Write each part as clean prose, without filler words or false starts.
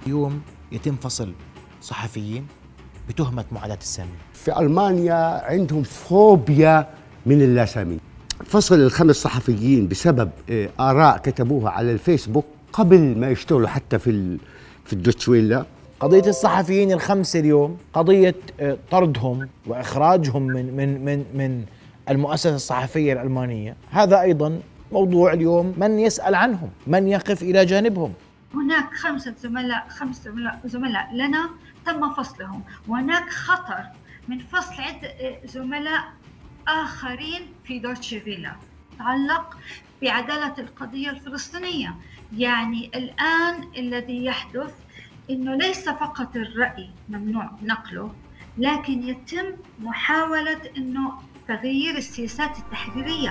اليوم يتم فصل صحفيين بتهمة معاداة السامية. في ألمانيا عندهم فوبيا من اللاسامية. فصل ال5 صحفيين بسبب آراء كتبوها على الفيسبوك قبل ما يشتغلوا حتى في الدوتش ويلا. قضية الصحفيين ال5 اليوم قضية طردهم وإخراجهم من المؤسسة الصحفية الألمانية. هذا أيضا موضوع اليوم، من يسأل عنهم، من يقف إلى جانبهم. هناك 5 زملاء لنا تم فصلهم، وهناك خطر من فصل عدة زملاء آخرين في دوتشي فيلا يتعلق بعدالة القضية الفلسطينية. يعني الآن الذي يحدث إنه ليس فقط الرأي ممنوع نقله، لكن يتم محاولة إنه تغيير السياسات التحريرية.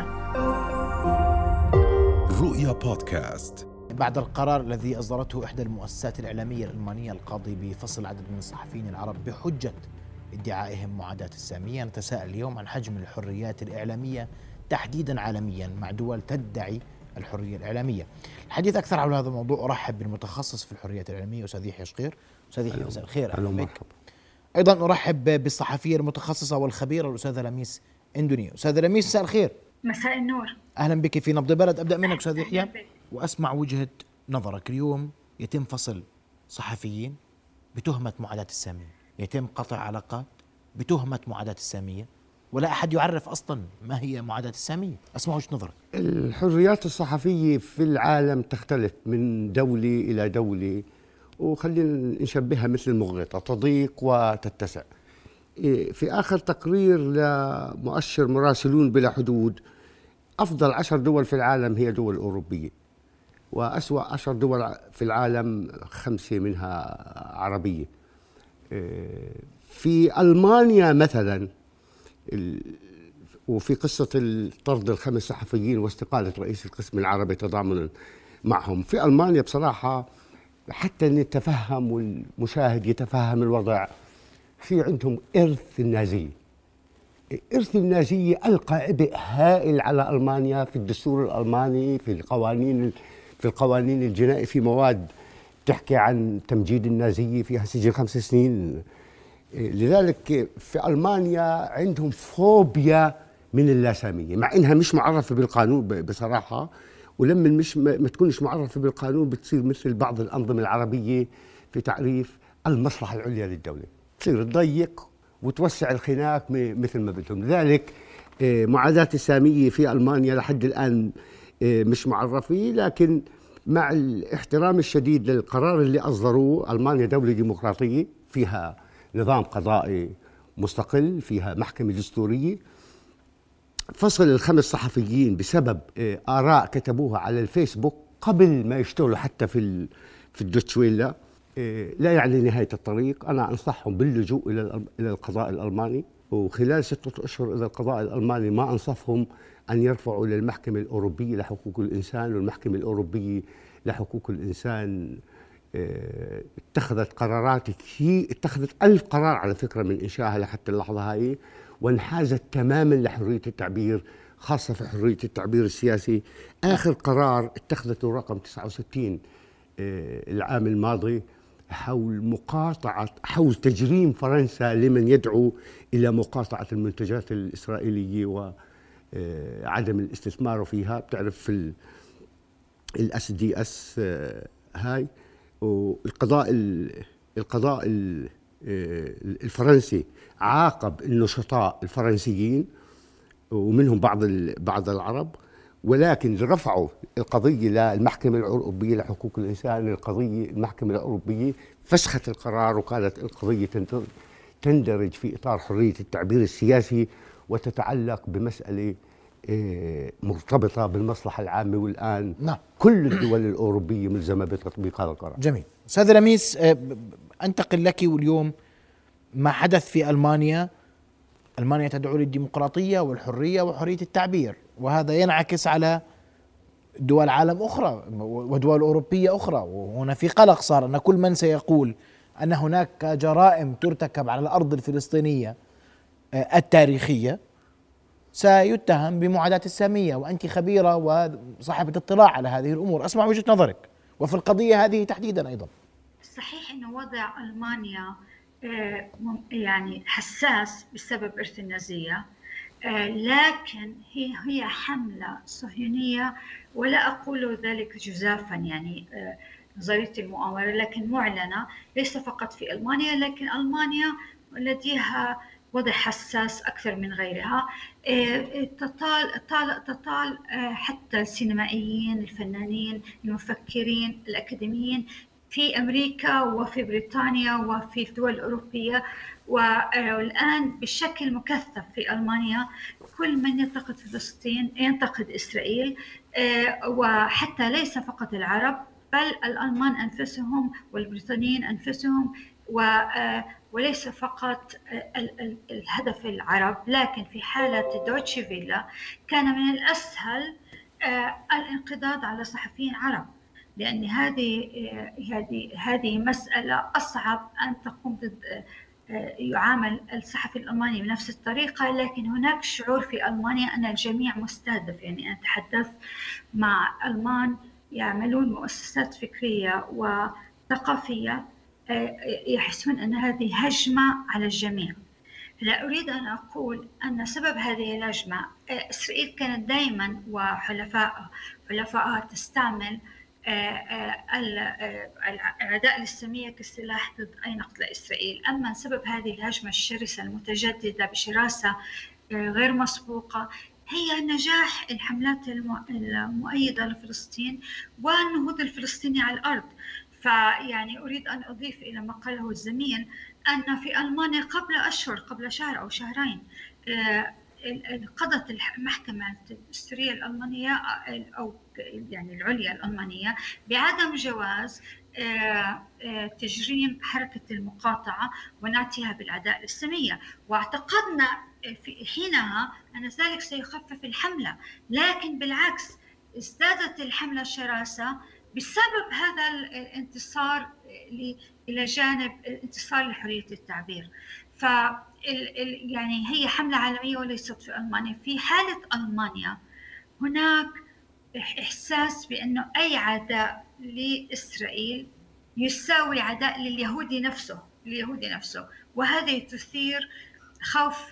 رؤيا بودكاست. بعد القرار الذي أصدرته إحدى المؤسسات الإعلامية الألمانية القاضي بفصل عدد من الصحفيين العرب بحجة ادعائهم معاداة السامية، نتساءل اليوم عن حجم الحريات الإعلامية تحديدا عالميا مع دول تدعي الحرية الإعلامية. الحديث أكثر حول هذا الموضوع أرحب بالمتخصص في الحريات الإعلامية أستاذ يحيى شقير. أستاذ يحيى مساء الخير. أهلا ومرحبا. أيضا أرحب بالصحفية المتخصصة والخبيرة الأستاذة لميس إندوني. أستاذة لميس مساء الخير. مساء النور. أهلا بك في نبض بلد. أبدأ منك أستاذ يحيى وأسمع وجهة نظرك. اليوم يتم فصل صحفيين بتهمة معاداة السامية، يتم قطع علاقات بتهمة معاداة السامية، ولا أحد يعرف أصلا ما هي معاداة السامية. أسمع وجهة نظرك. الحريات الصحفية في العالم تختلف من دولة إلى دولة، وخلينا نشبهها مثل المغيطة، تضيق وتتسع. في آخر تقرير لمؤشر مراسلون بلا حدود، أفضل 10 دول في العالم هي دول أوروبية، وأسوأ 10 دول في العالم 5 منها عربية. في ألمانيا مثلا، وفي قصة طرد ال5 صحفيين واستقالة رئيس القسم العربي تضامنا معهم، في ألمانيا بصراحة حتى نتفهم والمشاهد يتفهم الوضع، في عندهم إرث النازية. إرث النازية ألقى عبء هائل على ألمانيا في الدستور الألماني، في القوانين الجنائية، في مواد تحكي عن تمجيد النازية فيها سجن 5 سنين. لذلك في ألمانيا عندهم فوبيا من اللاسامية، مع إنها مش معرفة بالقانون بصراحة، ولما ما تكونش معرفة بالقانون بتصير مثل بعض الأنظمة العربية في تعريف المصلحة العليا للدولة، تصير تضيق وتوسع الخناق مثل ما بدهم. لذلك معاداة السامية في ألمانيا لحد الآن مش معرفة، لكن مع الاحترام الشديد للقرار اللي أصدروه، ألمانيا دولة ديمقراطية فيها نظام قضائي مستقل، فيها محكمة دستورية. فصل ال5 صحفيين بسبب آراء كتبوها على الفيسبوك قبل ما يشتغلوا حتى في الدوتش ويلا لا يعني نهاية الطريق. أنا أنصحهم باللجوء إلى القضاء الألماني، وخلال 6 أشهر إذا القضاء الألماني ما أنصفهم أن يرفعوا للمحكمة الأوروبية لحقوق الإنسان، والمحكمة الأوروبية لحقوق الإنسان اتخذت قرارات كثير، اتخذت 1000 قرار على فكرة من إنشائها لحتى اللحظة هاي، وانحازت تماما لحرية التعبير، خاصة في حرية التعبير السياسي. آخر قرار اتخذته رقم 69 العام الماضي حول تجريم فرنسا لمن يدعو إلى مقاطعة المنتجات الإسرائيلية وعدم الاستثمار فيها. بتعرف في الSDS هاي، والقضاء الفرنسي عاقب النشطاء الفرنسيين ومنهم بعض العرب، ولكن رفعوا القضية للمحكمة الأوروبية لحقوق الإنسان. المحكمة الأوروبية فسخت القرار وقالت القضية تندرج في إطار حرية التعبير السياسي وتتعلق بمسألة مرتبطة بالمصلحة العامة، والآن نعم كل الدول الأوروبية ملزمة بتطبيق هذا القرار. جميل. أستاذ لميس، أنتقل لك. واليوم ما حدث في ألمانيا تدعو للديمقراطية والحرية وحرية التعبير، وهذا ينعكس على دول عالم أخرى ودول أوروبية أخرى، وهنا في قلق صار أن كل من سيقول أن هناك جرائم ترتكب على الأرض الفلسطينية التاريخية سيتهم بمعاداة السامية، وأنت خبيرة وصاحبة اطلاع على هذه الأمور. أسمع وجهة نظرك وفي القضية هذه تحديدا أيضا. صحيح إنه وضع ألمانيا يعني حساس بسبب إرث النازية، لكن هي حملة صهيونية، ولا أقول ذلك جزافا يعني نظرية المؤامرة، لكن معلنة ليس فقط في ألمانيا، لكن ألمانيا لديها وضع حساس أكثر من غيرها. تطال حتى السينمائيين، الفنانين، المفكرين، الأكاديميين في أمريكا وفي بريطانيا وفي الدول الأوروبية، والآن بشكل مكثف في ألمانيا. كل من ينتقد فلسطين ينتقد إسرائيل، وحتى ليس فقط العرب بل الألمان أنفسهم والبريطانيين أنفسهم، وليس فقط الهدف العرب. لكن في حالة دويتشه فيلا كان من الأسهل الانقضاض على صحفيين عرب، لأن هذه مسألة أصعب أن تقوم ضد يعامل الصحفي الألماني بنفس الطريقة. لكن هناك شعور في ألمانيا أن الجميع مستهدف. يعني أنا أتحدث مع ألمان يعملون مؤسسات فكرية وثقافية، يحسون أن هذه هجمة على الجميع. لا أريد أن أقول أن سبب هذه الهجمة إسرائيل كانت دائما وحلفائها تستعمل الأعداء الإسلامية كسلاح ضد أي نقد لإسرائيل. أما سبب هذه الهجمة الشرسة المتجددة بشراسة غير مسبوقة هي نجاح الحملات المؤيدة لفلسطين والنهوض الفلسطيني على الأرض. فيعني أريد أن أضيف إلى ما قاله الزميل أن في ألمانيا قبل أشهر، قبل شهر أو شهرين، قضت المحكمة الدستورية الألمانية أو يعني العليا الألمانية بعدم جواز تجريم حركة المقاطعة ونعتها بالأعداء الإسلامية، واعتقدنا في حينها أن ذلك سيخفف الحملة، لكن بالعكس ازدادت الحملة شراسة بسبب هذا الانتصار إلى جانب انتصار لحرية التعبير. يعني هي حملة عالمية وليست في ألمانيا. في حالة ألمانيا هناك إحساس بأنه أي عداء لإسرائيل يساوي عداء لليهودي نفسه، وهذا تثير خوف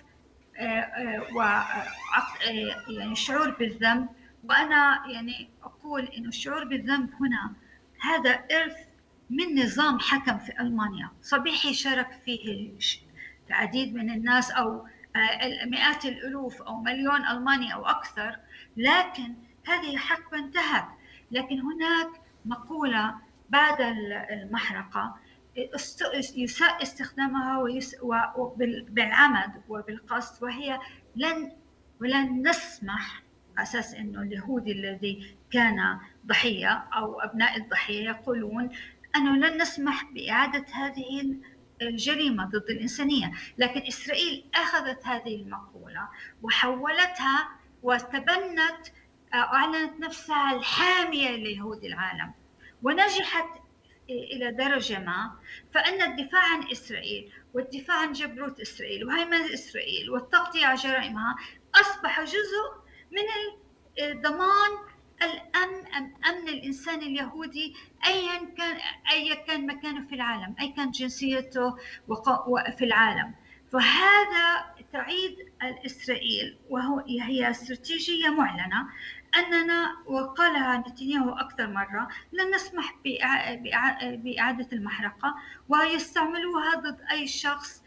يعني شعور بالذنب. وأنا يعني أقول إنه الشعور بالذنب هنا هذا إرث من نظام حكم في ألمانيا صبيحي شارك فيه العديد من الناس، أو مئات الألوف أو مليون ألماني أو أكثر، لكن هذه حقبة انتهت. لكن هناك مقولة بعد المحرقة يساء استخدامها بالعمد وبالقصد، وهي ولن نسمح، أساس أنه اليهودي الذي كان ضحية أو أبناء الضحية يقولون أنه لن نسمح بإعادة هذه الجريمة ضد الإنسانية. لكن إسرائيل أخذت هذه المقولة وحولتها وتبنت، أعلنت نفسها الحامية ليهود العالم، ونجحت إلى درجة ما، فإن الدفاع عن إسرائيل والدفاع عن جبروت إسرائيل وهيمنة إسرائيل والتغطية على جرائمها أصبح جزء من ضمان أمن الإنسان اليهودي أيا كان مكانه في العالم، أي كانت جنسيته في العالم. فهذا تعيد إسرائيل، وهي استراتيجية معلنة أننا، وقالها نتنياهو أكثر مرة، لن نسمح بإعادة المحرقة، ويستعملوها ضد أي شخص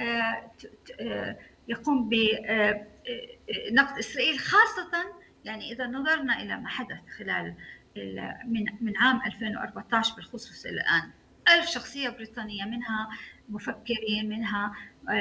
يقوم بنقد إسرائيل، خاصة يعني إذا نظرنا إلى ما حدث خلال من عام 2014 بالخصوص إلى الآن. 1000 شخصية بريطانية، منها مفكرين، منها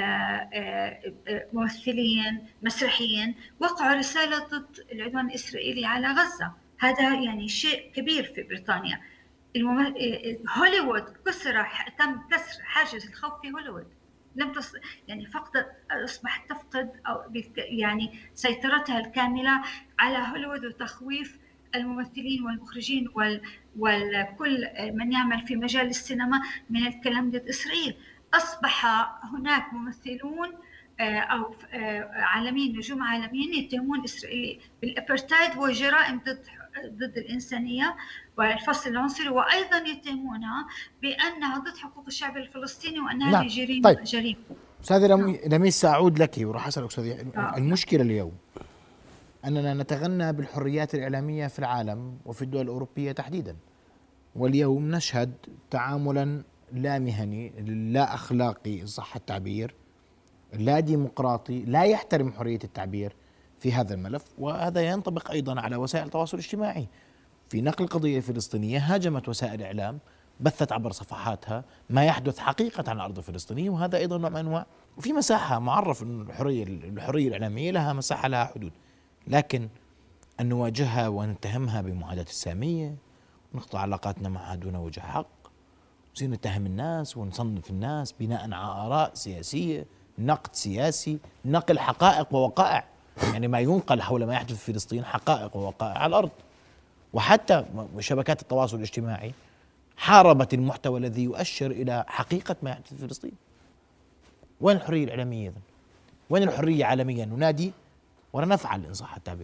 ممثلين، مسرحيين، وقعوا رسالة ضد العدوان الإسرائيلي على غزة. هذا يعني شيء كبير في بريطانيا. هوليوود تم كسر حاجز الخوف في هوليوود، لم يعني أصبحت تفقد أو يعني سيطرتها الكاملة على هوليوود، وتخويف الممثلين والمخرجين والكل من يعمل في مجال السينما من الكلام ضد إسرائيل. أصبح هناك ممثلون أو عالميين، نجوم عالميين يتهمون إسرائيل بالأبرتايد وجرائم ضد الإنسانية والفصل العنصري، وأيضا يتهمونها بأنها ضد حقوق الشعب الفلسطيني وأنها نعم. جريمة. طيب أستاذ لميس، سأعود لك وراح أسألك أستاذ. المشكلة اليوم أننا نتغنى بالحريات الإعلامية في العالم وفي الدول الأوروبية تحديدا، واليوم نشهد تعاملا لا مهني، لا أخلاقي صح التعبير، لا ديمقراطي، لا يحترم حرية التعبير في هذا الملف. وهذا ينطبق أيضا على وسائل التواصل الاجتماعي. في نقل القضية الفلسطينية هاجمت وسائل الإعلام، بثت عبر صفحاتها ما يحدث حقيقة على الأرض الفلسطينية، وهذا أيضا نوع من أنواع، وفي مساحة معرف أن الحرية الإعلامية لها مساحة، لها حدود، لكن أن نواجهها ونتهمها بمعاداة السامية ونقطع علاقاتنا معها دون وجه حق، ونصير نتهم الناس ونصنف الناس بناء على آراء سياسية، نقد سياسي، نقل حقائق ووقائع، يعني ما ينقل حول ما يحدث في فلسطين حقائق ووقائع على الأرض. وحتى شبكات التواصل الاجتماعي حاربت المحتوى الذي يؤشر إلى حقيقة ما يحدث في فلسطين. وين الحرية الإعلامية إذن؟ وين الحرية عالميا؟ ننادي ولا نفعل إن صح التعبير.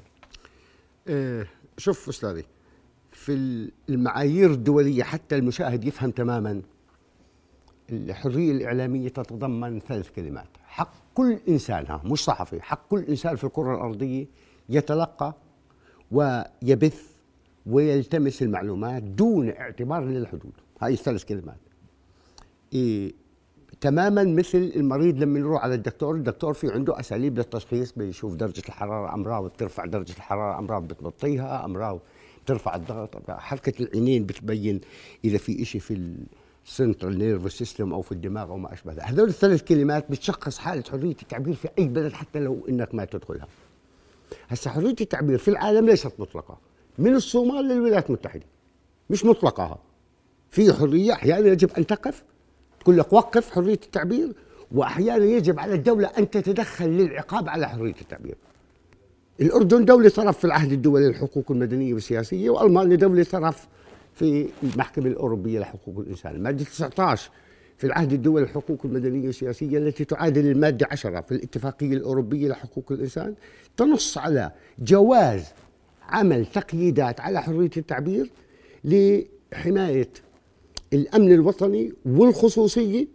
شوف أستاذي، في المعايير الدولية حتى المشاهد يفهم تماما، الحرية الإعلامية تتضمن 3 كلمات: حق كل إنسان، مش صحفي، حق كل إنسان في الكرة الأرضية يتلقى ويبث ويلتمس المعلومات دون اعتبار للحدود. هاي 3 كلمات. تماما مثل المريض لما يروح على الدكتور في عنده أساليب للتشخيص، بيشوف درجة الحرارة، أمراض بترفع درجة الحرارة، أمراض بتبطيها، أمراض بترفع الضغط، حركة العينين بتبين إذا في إشي في السنترال نيرفس سيستم أو في الدماغ أو ما أشبه ذلك. هذول ال3 كلمات بتشخص حالة حرية التعبير في أي بلد حتى لو إنك ما تدخلها. هسه حرية التعبير في العالم ليست مطلقة، من الصومال للولايات المتحدة مش مطلقة. في حرية أحيانا يجب أن تقف، تقول لك وقف حرية التعبير، وأحيانا يجب على الدولة أن تتدخل للعقاب على حرية التعبير. الأردن دولة طرف في العهد الدولي للحقوق المدنية والسياسية، وألمانيا دولة طرف في المحكمة الأوروبية لحقوق الإنسان. المادة 19 في العهد الدولي للحقوق المدنية والسياسية التي تعادل المادة 10 في الاتفاقية الأوروبية لحقوق الإنسان تنص على جواز عمل تقييدات على حرية التعبير لحماية الأمن الوطني والخصوصية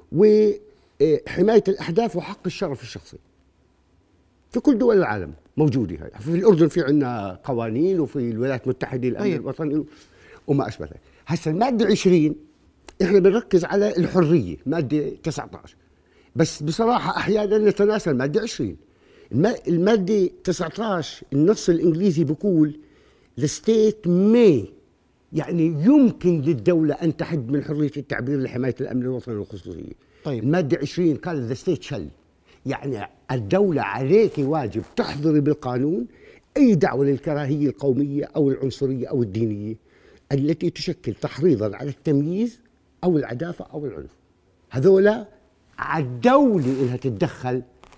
وحماية الأحداث وحق الشرف الشخصي. في كل دول العالم موجودة هاي. في الأردن في عندنا قوانين، وفي الولايات المتحدة الأمن الوطني وما أشبه ذلك. هسه المادة 20 إحنا بنركز على الحرية، مادة 19، بس بصراحة أحيانا نتناسى المادة 20. المادة 19 النص الإنجليزي بيقول the state may، يعني يمكن للدولة أن تحد من حرية التعبير لحماية الأمن الوطني والخصوصية. طيب. المادة 20 قال the state shall، يعني الدولة عليك واجب تحضري بالقانون أي دعوة للكراهية القومية أو العنصرية أو الدينية التي تشكل تحريضا على التمييز أو العدافة أو العنف. هذولا على الدولة إنها تتدخل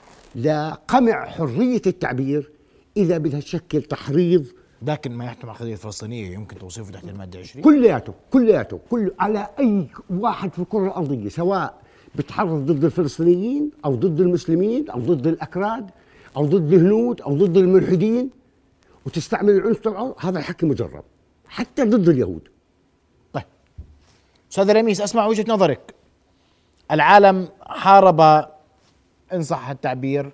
لقمع حرية التعبير إذا بدها تشكل تحريض. لكن ما يحتم على القضية الفلسطينية يمكن توصيفه تحت المادة 20 كلياته على أي واحد في الكرة الأرضية، سواء بتحرض ضد الفلسطينيين أو ضد المسلمين أو ضد الأكراد أو ضد الهنود أو ضد الملحدين وتستعمل العنف تبعه، هذا الحكي مجرب حتى ضد اليهود. طيب أستاذ لميس، أسمع وجهة نظرك. العالم حارب إن صح التعبير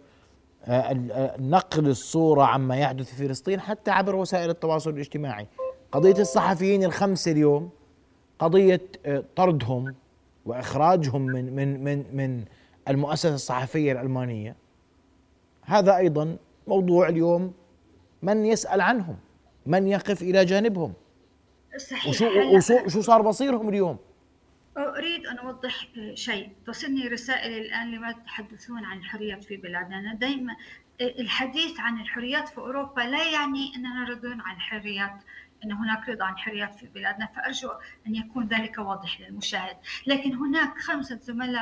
نقل الصورة عما يحدث في فلسطين حتى عبر وسائل التواصل الاجتماعي. قضية الصحفيين ال5 اليوم، قضية طردهم وإخراجهم من المؤسسة الصحفية الألمانية، هذا أيضا موضوع اليوم. من يسأل عنهم؟ من يقف إلى جانبهم؟ صحيح. وشو صار بصيرهم اليوم؟ أريد أن أوضح شيء. تصلني رسائل الآن لما تتحدثون عن الحريات في بلادنا. أنا دائما الحديث عن الحريات في أوروبا لا يعني أننا نرضون عن الحريات، أن هناك رضا عن الحريات في بلادنا، فأرجو أن يكون ذلك واضح للمشاهد. لكن هناك 5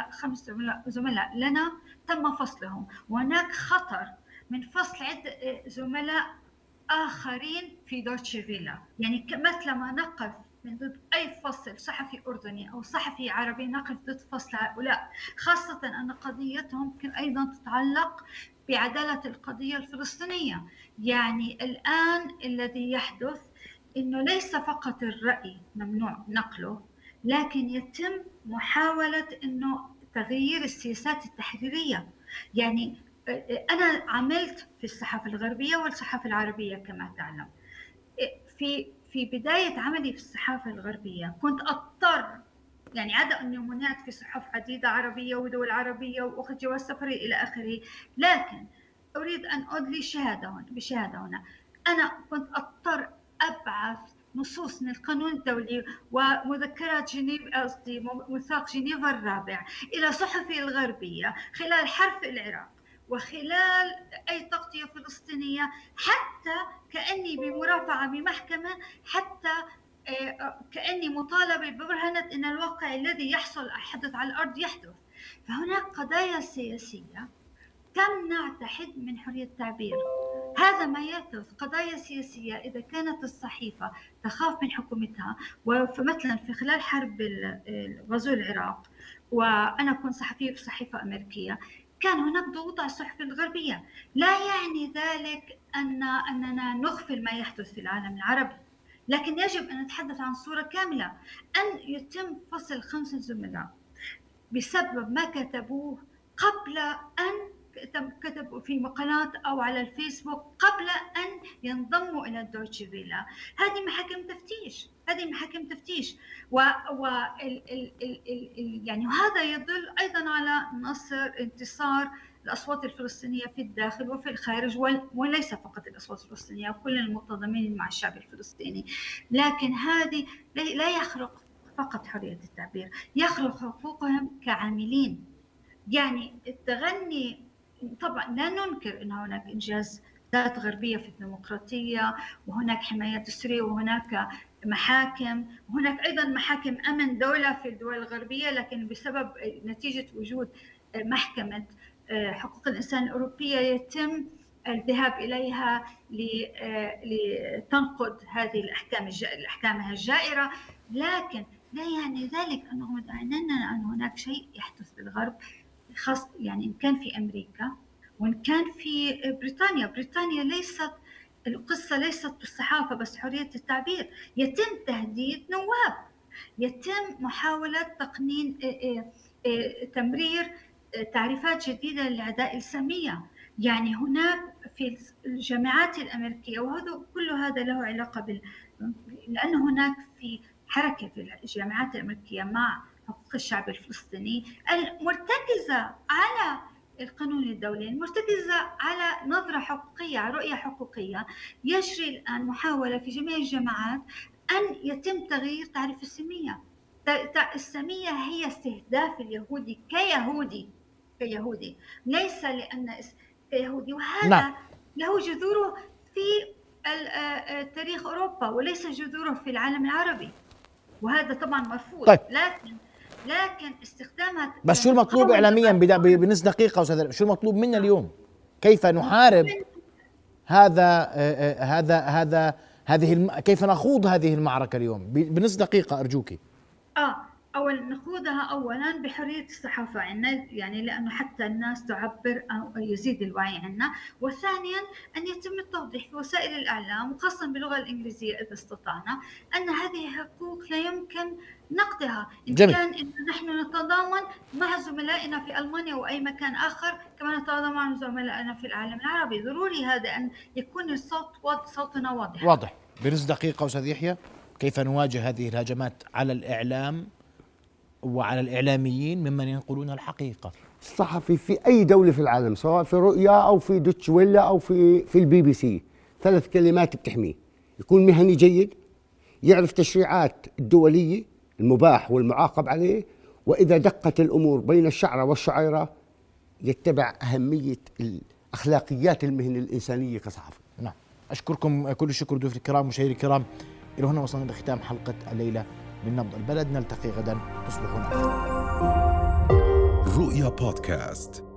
زملاء لنا تم فصلهم، وهناك خطر من فصل عدة زملاء آخرين في دوتشي فيلا. يعني مثل ما نقف من ضد أي فصل صحفي أردني أو صحفي عربي نقف ضد فصل هؤلاء، خاصة أن قضيتهم أيضا تتعلق بعدالة القضية الفلسطينية. يعني الآن الذي يحدث إنه ليس فقط الرأي ممنوع نقله، لكن يتم محاولة إنه تغيير السياسات التحريرية. يعني أنا عملت في الصحافة الغربية والصحافة العربية كما تعلم. في بداية عملي في الصحافة الغربية كنت أضطر، يعني عدا أني منعت في صحف عديدة عربية ودول عربية وأخذ جواز سفري إلى آخره، لكن أريد أن أدلي بشهادة هنا. أنا كنت أضطر أبعث نصوص من القانون الدولي ومذكرات ميثاق جنيف الرابع إلى صحفي الغربية خلال حرب العراق وخلال أي تغطية فلسطينية، حتى كأني بمرافعة بمحكمة، حتى كأني مطالبة ببرهنة أن الواقع الذي يحدث على الأرض يحدث. فهناك قضايا سياسية تمنع تحد من حرية التعبير. هذا ما يحدث، قضايا سياسية إذا كانت الصحيفة تخاف من حكومتها. فمثلا في خلال حرب غزو العراق، وأنا كنت صحفية في صحيفة أمريكية، كان هناك ضغوط على الصحف الغربية. لا يعني ذلك أننا نغفل ما يحدث في العالم العربي، لكن يجب أن نتحدث عن صورة كاملة. أن يتم فصل 5 زملاء بسبب ما كتبوه قبل أن كتبوا في مقالات أو على الفيسبوك قبل أن ينضموا إلى الدويتشه فيلا، هذه محاكم تفتيش يعني هذا يدل أيضا على انتصار الأصوات الفلسطينية في الداخل وفي الخارج، وليس فقط الأصوات الفلسطينية، كل المتضامنين مع الشعب الفلسطيني. لكن هذه لا يخرق فقط حرية التعبير، يخرق حقوقهم كعاملين. يعني التغني، طبعا لا ننكر أن هناك إنجازات غربية في الديمقراطية، وهناك حماية دستورية، وهناك محاكم، وهناك أيضا محاكم أمن دولة في الدول الغربية، لكن بسبب نتيجة وجود محكمة حقوق الإنسان الأوروبية يتم الذهاب إليها لتنقض هذه الأحكام الجائرة. لكن لا يعني ذلك أنه أننا أن هناك شيء يحدث في الغرب، خاص يعني إن كان في أمريكا وإن كان في بريطانيا ليست القصة ليست بالصحافة بس، حرية التعبير. يتم تهديد نواب، يتم محاولة تقنين تمرير تعريفات جديدة للعداء السامية. يعني هناك في الجامعات الأمريكية، وهذا كل هذا له علاقة لأن هناك في حركة في الجامعات الأمريكية مع حقوق الشعب الفلسطيني المرتكزة على القانون الدولي، المرتكزة على نظرة حقوقية، على رؤية حقوقية. يجري الآن محاولة في جميع الجامعات أن يتم تغيير تعريف السامية. السامية هي استهداف اليهودي كيهودي، ليس لأن كيهودي، وهذا له جذوره في تاريخ أوروبا وليس جذوره في العالم العربي، وهذا طبعا مرفوض. طيب. لكن استخدامها بس شو المطلوب إعلاميا بنص دقيقة أستاذ؟ شو المطلوب منا اليوم؟ كيف نحارب كيف نخوض هذه المعركة اليوم بنص دقيقة أرجوكي؟ أولا نخوضها أولا بحرية الصحافة عنا، يعني لأنه حتى الناس تعبر أو يزيد الوعي عنا. وثانيا أن يتم التوضيح في وسائل الإعلام وخاصة باللغة الإنجليزية إذا استطعنا أن هذه حقوق لا يمكن نقضها. إن كان إن نحن نتضامن مع زملائنا في ألمانيا وأي مكان آخر كما نتضامن مع زملائنا في العالم العربي. ضروري هذا أن يكون صوتنا واضح. بنص دقيقة أستاذ يحيى، كيف نواجه هذه الهجمات على الإعلام وعلى الإعلاميين ممن ينقلون الحقيقة؟ الصحفي في أي دولة في العالم، سواء في رؤيا أو في دوتش ويلا أو في البي بي سي، 3 كلمات بتحميه: يكون مهني جيد، يعرف تشريعات الدولية المباح والمعاقب عليه، وإذا دقت الأمور بين الشعرة والشعيرة يتبع أهمية الأخلاقيات المهنة الإنسانية كصحفي. نعم، أشكركم كل الشكر ضيوف الكرام، مشاهيري الكرام. إلى هنا وصلنا لختام حلقة الليلة من نبض البلد. نلتقي غدا، تصبحون على خير. رؤيا بودكاست.